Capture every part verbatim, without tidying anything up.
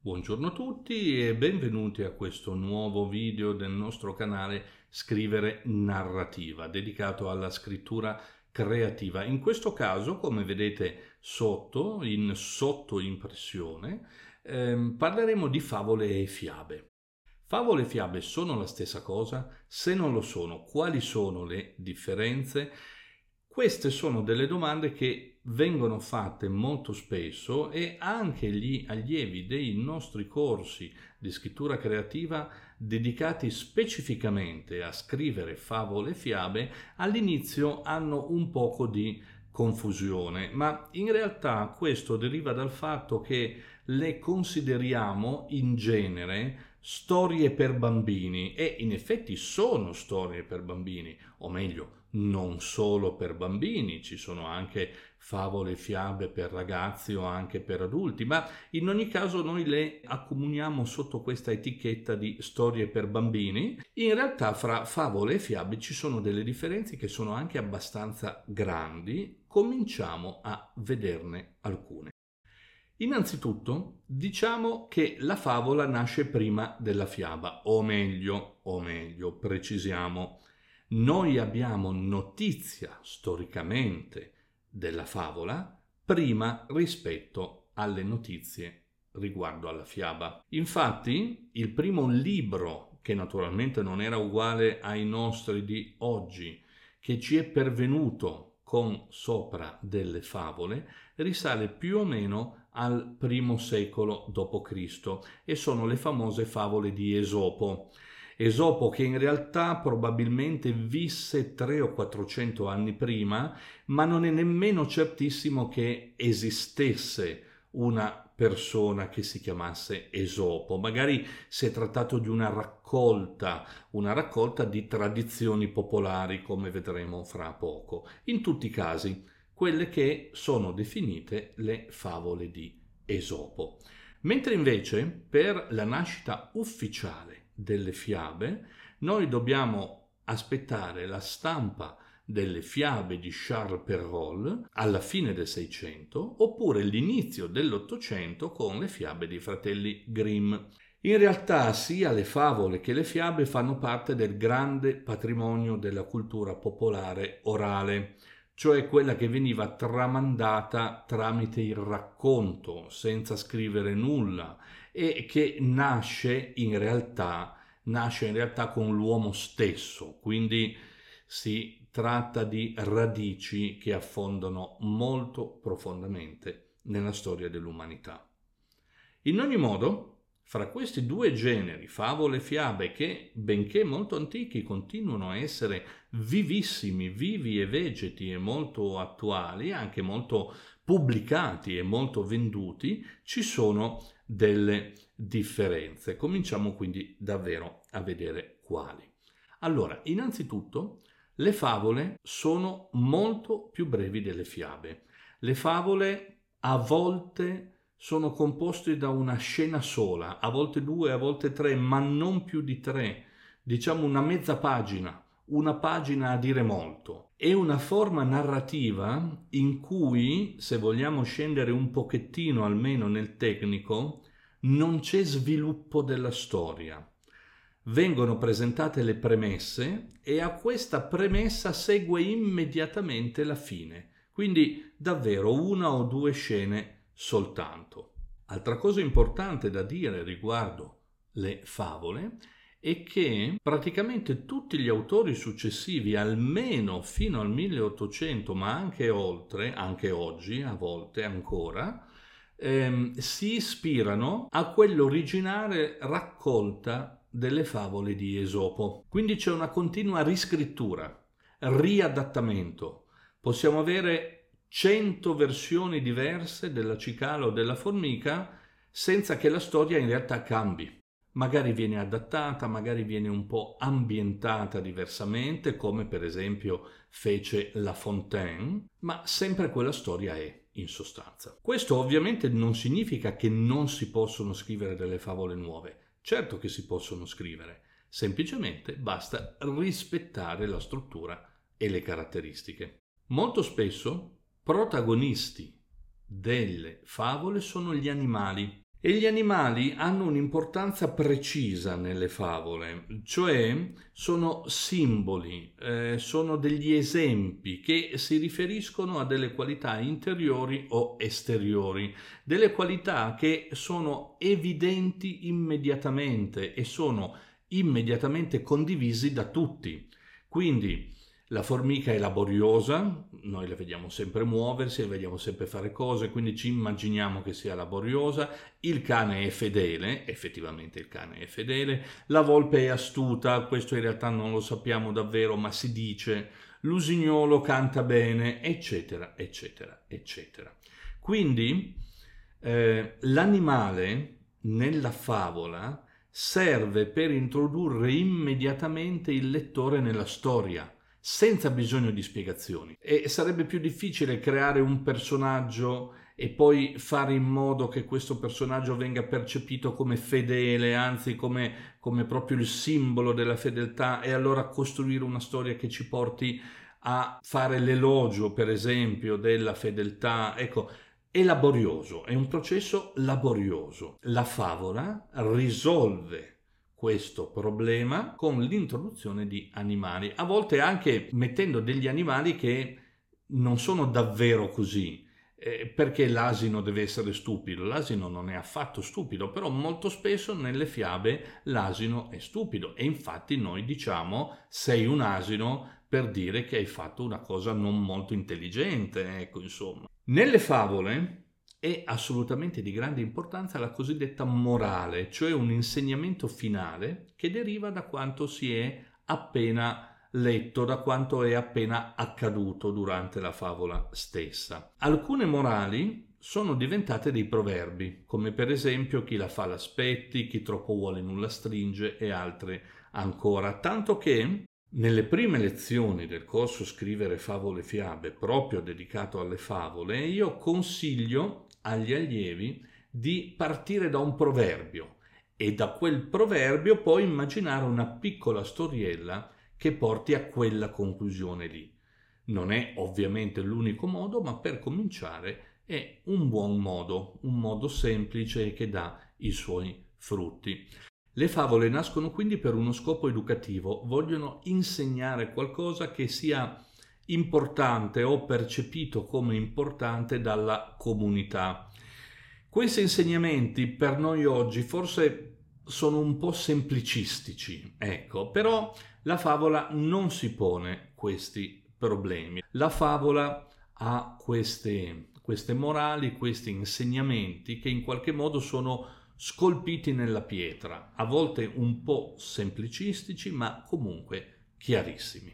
Buongiorno a tutti e benvenuti a questo nuovo video del nostro canale Scrivere Narrativa, dedicato alla scrittura creativa. In questo caso, come vedete sotto, in sottoimpressione, ehm, parleremo di favole e fiabe. Favole e fiabe sono la stessa cosa? Se non lo sono, quali sono le differenze? Queste sono delle domande che vengono fatte molto spesso e anche gli allievi dei nostri corsi di scrittura creativa dedicati specificamente a scrivere favole e fiabe all'inizio hanno un poco di confusione, ma in realtà questo deriva dal fatto che le consideriamo in genere storie per bambini e in effetti sono storie per bambini, o meglio, non solo per bambini, ci sono anche favole e fiabe per ragazzi o anche per adulti, ma in ogni caso noi le accomuniamo sotto questa etichetta di storie per bambini. In realtà fra favole e fiabe ci sono delle differenze che sono anche abbastanza grandi, cominciamo a vederne alcune. Innanzitutto diciamo che la favola nasce prima della fiaba, o meglio, o meglio, precisiamo, noi abbiamo notizia storicamente della favola prima rispetto alle notizie riguardo alla fiaba. Infatti, il primo libro, che naturalmente non era uguale ai nostri di oggi, che ci è pervenuto con sopra delle favole, risale più o meno al primo secolo dopo Cristo e sono le famose favole di Esopo. Esopo che in realtà probabilmente visse tre o quattrocento anni prima, ma non è nemmeno certissimo che esistesse una persona che si chiamasse Esopo. Magari si è trattato di una raccolta, una raccolta di tradizioni popolari, come vedremo fra poco. In tutti i casi, quelle che sono definite le favole di Esopo. Mentre invece per la nascita ufficiale delle fiabe noi dobbiamo aspettare la stampa delle fiabe di Charles Perrault alla fine del Seicento oppure l'inizio dell'Ottocento con le fiabe dei fratelli Grimm. In realtà sia le favole che le fiabe fanno parte del grande patrimonio della cultura popolare orale, cioè quella che veniva tramandata tramite il racconto, senza scrivere nulla, e che nasce in realtà, nasce in realtà con l'uomo stesso, quindi si tratta di radici che affondano molto profondamente nella storia dell'umanità. In ogni modo, fra questi due generi, favole e fiabe, che benché molto antichi continuano a essere vivissimi, vivi e vegeti e molto attuali, anche molto pubblicati e molto venduti, ci sono delle differenze. Cominciamo quindi davvero a vedere quali. Allora, innanzitutto, le favole sono molto più brevi delle fiabe. Le favole a volte sono composte da una scena sola, a volte due, a volte tre, ma non più di tre, diciamo una mezza pagina, una pagina a dire molto. È una forma narrativa in cui, se vogliamo scendere un pochettino almeno nel tecnico, non c'è sviluppo della storia. Vengono presentate le premesse e a questa premessa segue immediatamente la fine, quindi davvero una o due scene soltanto. Altra cosa importante da dire riguardo le favole è che praticamente tutti gli autori successivi, almeno fino al milleottocento, ma anche oltre, anche oggi a volte ancora, ehm, si ispirano a quell'originale raccolta delle favole di Esopo. Quindi c'è una continua riscrittura, riadattamento. Possiamo avere cento versioni diverse della cicala o della formica senza che la storia in realtà cambi. Magari viene adattata, magari viene un po' ambientata diversamente, come per esempio fece La Fontaine, ma sempre quella storia è, in sostanza. Questo ovviamente non significa che non si possono scrivere delle favole nuove. Certo che si possono scrivere, semplicemente basta rispettare la struttura e le caratteristiche. Molto spesso protagonisti delle favole sono gli animali E gli animali hanno un'importanza precisa nelle favole, cioè sono simboli, eh, sono degli esempi che si riferiscono a delle qualità interiori o esteriori, delle qualità che sono evidenti immediatamente e sono immediatamente condivisi da tutti. Quindi la formica è laboriosa, noi la vediamo sempre muoversi, la vediamo sempre fare cose, quindi ci immaginiamo che sia laboriosa. Il cane è fedele, effettivamente il cane è fedele. La volpe è astuta, questo in realtà non lo sappiamo davvero, ma si dice. L'usignolo canta bene, eccetera, eccetera, eccetera. Quindi eh, l'animale nella favola serve per introdurre immediatamente il lettore nella storia, senza bisogno di spiegazioni. E sarebbe più difficile creare un personaggio e poi fare in modo che questo personaggio venga percepito come fedele, anzi come, come proprio il simbolo della fedeltà, e allora costruire una storia che ci porti a fare l'elogio, per esempio, della fedeltà. Ecco, è laborioso, è un processo laborioso. La favola risolve questo problema con l'introduzione di animali, a volte anche mettendo degli animali che non sono davvero così, eh, perché l'asino deve essere stupido. L'asino non è affatto stupido, però molto spesso nelle fiabe l'asino è stupido, e infatti noi diciamo sei un asino per dire che hai fatto una cosa non molto intelligente, ecco, insomma. Nelle favole è assolutamente di grande importanza la cosiddetta morale, cioè un insegnamento finale che deriva da quanto si è appena letto, da quanto è appena accaduto durante la favola stessa. Alcune morali sono diventate dei proverbi, come per esempio chi la fa l'aspetti, chi troppo vuole nulla stringe e altre ancora, tanto che nelle prime lezioni del corso Scrivere favole e fiabe, proprio dedicato alle favole, io consiglio agli allievi di partire da un proverbio e da quel proverbio poi immaginare una piccola storiella che porti a quella conclusione lì. Non è ovviamente l'unico modo, ma per cominciare è un buon modo, un modo semplice che dà i suoi frutti. Le favole nascono quindi per uno scopo educativo, vogliono insegnare qualcosa che sia importante o percepito come importante dalla comunità. Questi insegnamenti per noi oggi forse sono un po' semplicistici, ecco, però la favola non si pone questi problemi. La favola ha queste, queste morali, questi insegnamenti che in qualche modo sono scolpiti nella pietra, a volte un po' semplicistici, ma comunque chiarissimi.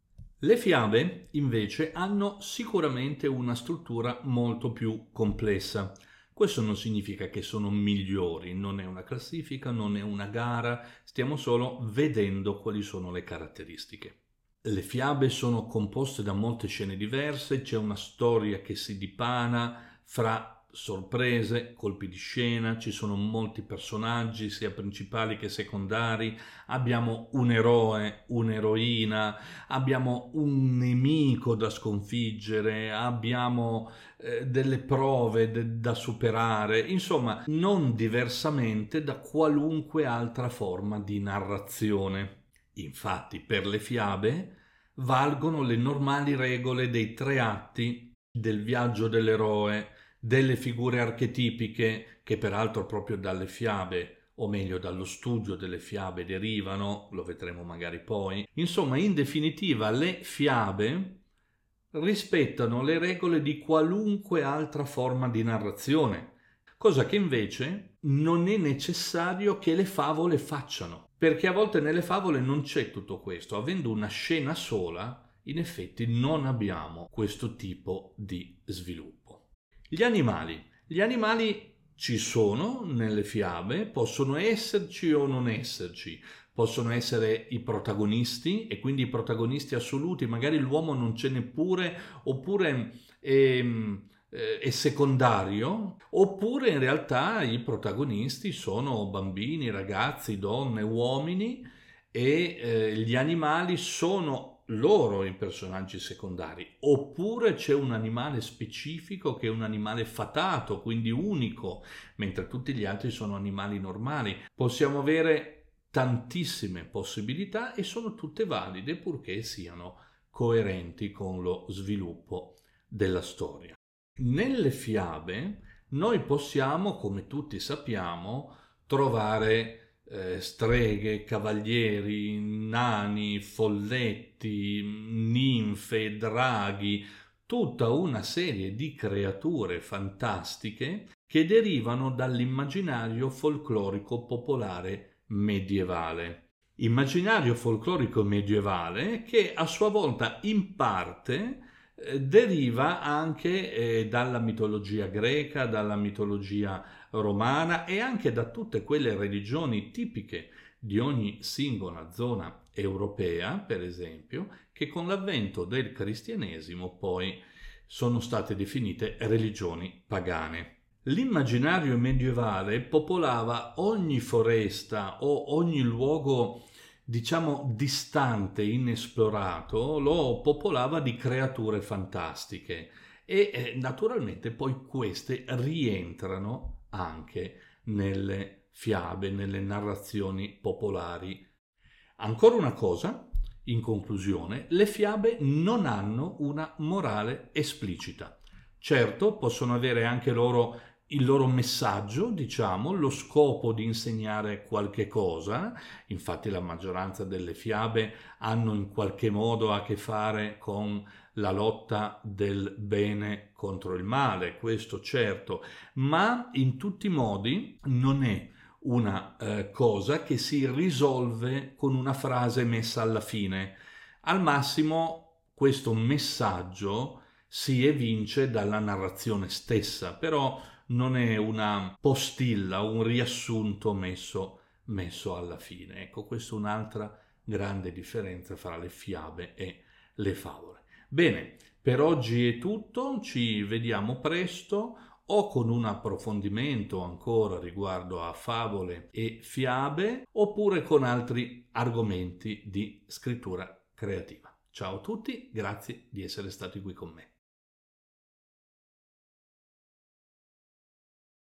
Le fiabe, invece, hanno sicuramente una struttura molto più complessa. Questo non significa che sono migliori, non è una classifica, non è una gara, stiamo solo vedendo quali sono le caratteristiche. Le fiabe sono composte da molte scene diverse, c'è una storia che si dipana fra sorprese, colpi di scena, ci sono molti personaggi, sia principali che secondari, abbiamo un eroe, un'eroina, abbiamo un nemico da sconfiggere, abbiamo eh, delle prove de- da superare, insomma, non diversamente da qualunque altra forma di narrazione. Infatti, per le fiabe valgono le normali regole dei tre atti del viaggio dell'eroe, delle figure archetipiche che peraltro proprio dalle fiabe, o meglio dallo studio delle fiabe, derivano, lo vedremo magari poi. Insomma, in definitiva, le fiabe rispettano le regole di qualunque altra forma di narrazione, cosa che invece non è necessario che le favole facciano, perché a volte nelle favole non c'è tutto questo. Avendo una scena sola, in effetti non abbiamo questo tipo di sviluppo. Gli animali. Gli animali ci sono nelle fiabe, possono esserci o non esserci, possono essere i protagonisti e quindi i protagonisti assoluti, magari l'uomo non c'è neppure, oppure è, è secondario, oppure in realtà i protagonisti sono bambini, ragazzi, donne, uomini, e eh, gli animali sono loro i personaggi secondari, oppure c'è un animale specifico che è un animale fatato, quindi unico, mentre tutti gli altri sono animali normali. Possiamo avere tantissime possibilità e sono tutte valide purché siano coerenti con lo sviluppo della storia. Nelle fiabe noi possiamo, come tutti sappiamo, trovare eh, streghe, cavalieri, nani, folletti, ninfe, draghi, tutta una serie di creature fantastiche che derivano dall'immaginario folclorico popolare medievale. Immaginario folclorico medievale che a sua volta in parte eh, deriva anche eh, dalla mitologia greca, dalla mitologia romana e anche da tutte quelle religioni tipiche di ogni singola zona europea, per esempio, che con l'avvento del cristianesimo poi sono state definite religioni pagane. L'immaginario medievale popolava ogni foresta o ogni luogo, diciamo, distante, inesplorato, lo popolava di creature fantastiche e eh, naturalmente poi queste rientrano anche nelle fiabe, nelle narrazioni popolari. Ancora una cosa, in conclusione, le fiabe non hanno una morale esplicita. Certo, possono avere anche loro il loro messaggio, diciamo, lo scopo di insegnare qualche cosa. Infatti la maggioranza delle fiabe hanno in qualche modo a che fare con la lotta del bene contro il male, questo certo, ma in tutti i modi non è una eh, cosa che si risolve con una frase messa alla fine. Al massimo questo messaggio si evince dalla narrazione stessa, però non è una postilla, un riassunto messo, messo alla fine. Ecco, questa è un'altra grande differenza fra le fiabe e le favole. Bene, per oggi è tutto, ci vediamo presto o con un approfondimento ancora riguardo a favole e fiabe, oppure con altri argomenti di scrittura creativa. Ciao a tutti, grazie di essere stati qui con me.